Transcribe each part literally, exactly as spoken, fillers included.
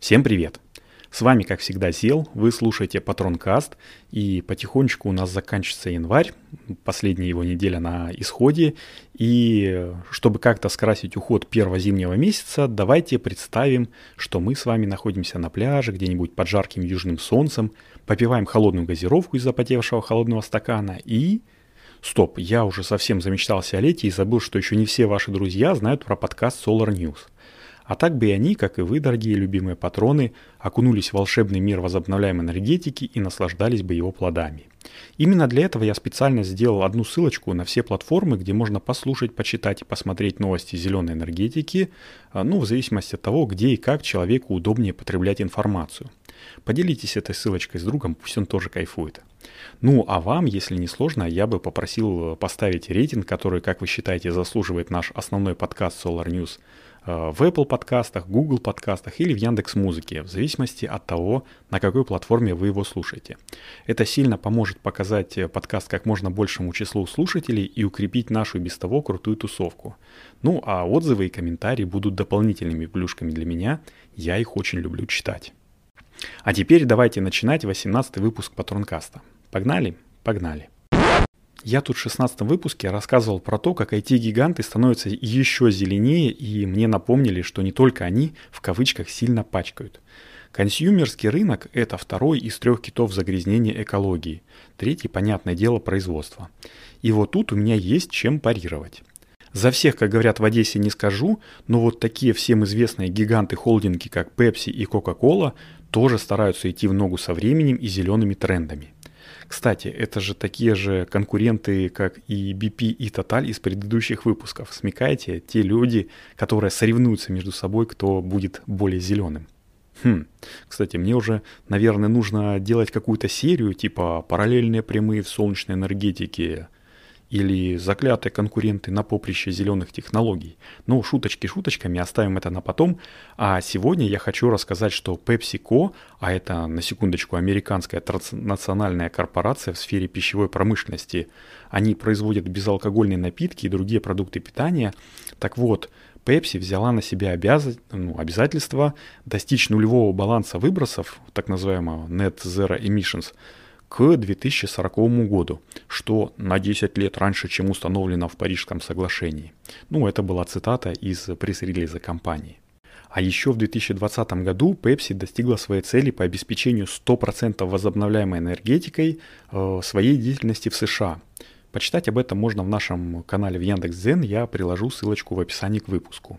Всем привет! С вами, как всегда, Зел, вы слушаете Патронкаст, и потихонечку у нас заканчивается январь, последняя его неделя на исходе, и чтобы как-то скрасить уход первого зимнего месяца, давайте представим, что мы с вами находимся на пляже, где-нибудь под жарким южным солнцем, попиваем холодную газировку из запотевшего холодного стакана и... Стоп, я уже совсем замечтался о лете и забыл, что еще не все ваши друзья знают про подкаст Solar News. А так бы и они, как и вы, дорогие любимые патроны, окунулись в волшебный мир возобновляемой энергетики и наслаждались бы его плодами. Именно для этого я специально сделал одну ссылочку на все платформы, где можно послушать, почитать и посмотреть новости зеленой энергетики, ну, в зависимости от того, где и как человеку удобнее потреблять информацию. Поделитесь этой ссылочкой с другом, пусть он тоже кайфует. Ну, а вам, если не сложно, я бы попросил поставить рейтинг, который, как вы считаете, заслуживает наш основной подкаст Solar News в Apple подкастах, Google подкастах или в Яндекс.Музыке, в зависимости от того, на какой платформе вы его слушаете. Это сильно поможет показать подкаст как можно большему числу слушателей и укрепить нашу и без того крутую тусовку. Ну, а отзывы и комментарии будут дополнительными плюшками для меня, я их очень люблю читать. А теперь давайте начинать восемнадцатый выпуск Патронкаста. Погнали? Погнали. Я тут в шестнадцатом выпуске рассказывал про то, как ай ти-гиганты становятся еще зеленее, и мне напомнили, что не только они, в кавычках, сильно пачкают. Консюмерский рынок – это второй из трех китов загрязнения экологии. Третий, понятное дело, производство. И вот тут у меня есть чем парировать. За всех, как говорят в Одессе, не скажу, но вот такие всем известные гиганты-холдинги, как Pepsi и Coca-Cola, тоже стараются идти в ногу со временем и зелеными трендами. Кстати, это же такие же конкуренты, как и би пи и Total из предыдущих выпусков. Смекаете, те люди, которые соревнуются между собой, кто будет более зеленым. Хм, кстати, мне уже, наверное, нужно делать какую-то серию, типа параллельные прямые в солнечной энергетике или заклятые конкуренты на поприще зеленых технологий. Но шуточки шуточками, оставим это на потом. А сегодня я хочу рассказать, что PepsiCo, а это, на секундочку, американская транснациональная корпорация в сфере пищевой промышленности, они производят безалкогольные напитки и другие продукты питания. Так вот, Pepsi взяла на себя обяз... ну, обязательство достичь нулевого баланса выбросов, так называемого Net Zero Emissions, к две тысячи сороковому году, что на десять лет раньше, чем установлено в Парижском соглашении. Ну, это была цитата из пресс-релиза компании. А еще в две тысячи двадцатом году Pepsi достигла своей цели по обеспечению сто процентов возобновляемой энергетикой э, своей деятельности в США. Почитать об этом можно в нашем канале в Яндекс.Дзен, я приложу ссылочку в описании к выпуску.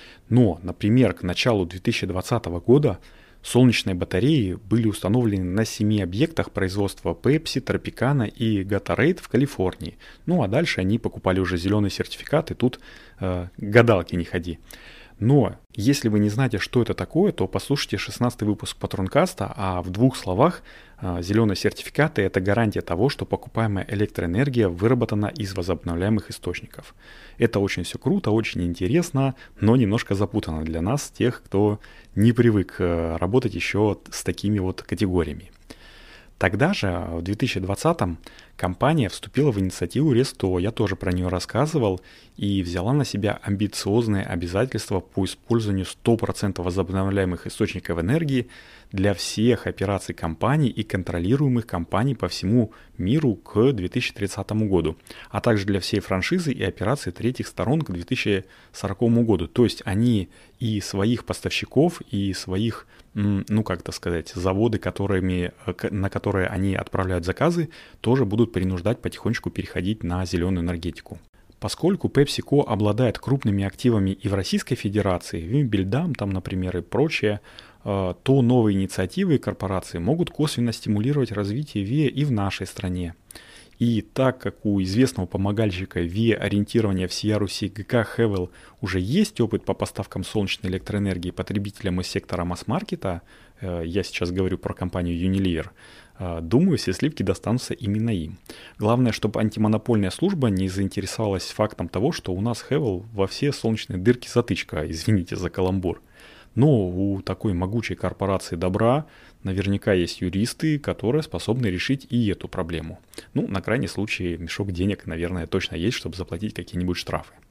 Но, например, к началу две тысячи двадцатого года солнечные батареи были установлены на семи объектах производства Pepsi, Tropicana и Gatorade в Калифорнии. Ну а дальше они покупали уже зеленый сертификат, и тут э, гадалки не ходи. Но если вы не знаете, что это такое, то послушайте шестнадцатый выпуск Патронкаста, а в двух словах э, зеленые сертификаты – это гарантия того, что покупаемая электроэнергия выработана из возобновляемых источников. Это очень все круто, очень интересно, но немножко запутанно для нас, тех, кто не привык э, работать еще с такими вот категориями. Тогда же, в две тысячи двадцатом, компания вступила в инициативу Ресто, я тоже про нее рассказывал, и взяла на себя амбициозные обязательства по использованию сто процентов возобновляемых источников энергии для всех операций компаний и контролируемых компаний по всему миру к две тысячи тридцатому году, а также для всей франшизы и операций третьих сторон к две тысячи сороковому году. То есть они и своих поставщиков, и своих, ну как это сказать, заводы, которыми, на которые они отправляют заказы, тоже будут принуждать потихонечку переходить на зеленую энергетику. Поскольку PepsiCo обладает крупными активами и в Российской Федерации, Вимбельдам, там, например, и прочее, то новые инициативы корпорации могут косвенно стимулировать развитие ВИА и в нашей стране. И так как у известного помогальщика ВИА-ориентирования всея Руси ГК Хевел уже есть опыт по поставкам солнечной электроэнергии потребителям из сектора масс-маркета, я сейчас говорю про компанию Unilever, думаю, все сливки достанутся именно им. Главное, чтобы антимонопольная служба не заинтересовалась фактом того, что у нас Хевел во все солнечные дырки затычка, извините за каламбур. Но у такой могучей корпорации добра наверняка есть юристы, которые способны решить и эту проблему. Ну, на крайний случай, мешок денег, наверное, точно есть, чтобы заплатить какие-нибудь штрафы.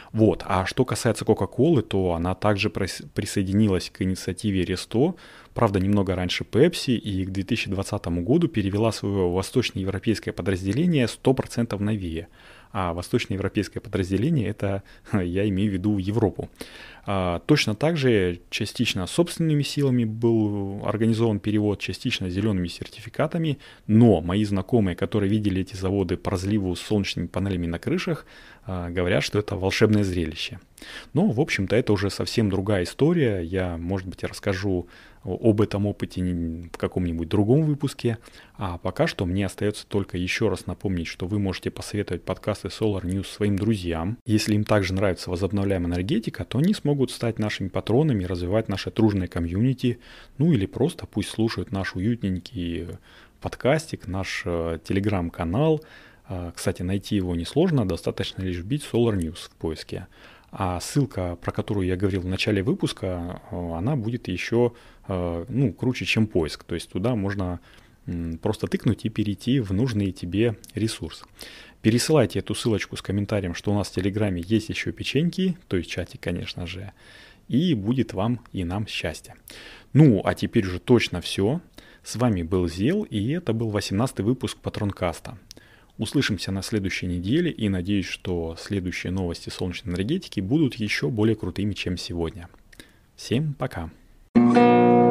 Вот. А что касается Coca-Cola, то она также присоединилась к инициативе Ресто, правда, немного раньше Pepsi, и к две тысячи двадцатому году перевела свое восточноевропейское подразделение сто процентов на Виа. А восточноевропейское подразделение — это, я имею в виду, Европу. А, точно так же частично собственными силами был организован перевод, частично зелеными сертификатами, но мои знакомые, которые видели эти заводы по разливу с солнечными панелями на крышах, а, говорят, что это волшебное зрелище. Но, в общем-то, это уже совсем другая история. Я, может быть, расскажу об этом опыте в каком-нибудь другом выпуске. А пока что мне остается только еще раз напомнить, что вы можете посоветовать подкасты Solar News своим друзьям. Если им также нравится возобновляемая энергетика, то они смогут стать нашими патронами, развивать наше дружное комьюнити, ну или просто пусть слушают наш уютненький подкастик, наш э, телеграм-канал. Э, кстати, найти его несложно, достаточно лишь вбить Solar News в поиске. А ссылка, про которую я говорил в начале выпуска, она будет еще ну, круче, чем поиск. То есть туда можно просто тыкнуть и перейти в нужный тебе ресурс. Пересылайте эту ссылочку с комментарием, что у нас в Телеграме есть еще печеньки, то есть чатик, конечно же, и будет вам и нам счастье. Ну, а теперь уже точно все. С вами был Зел, и это был восемнадцатый выпуск Патронкаста. Услышимся на следующей неделе и надеюсь, что следующие новости солнечной энергетики будут еще более крутыми, чем сегодня. Всем пока!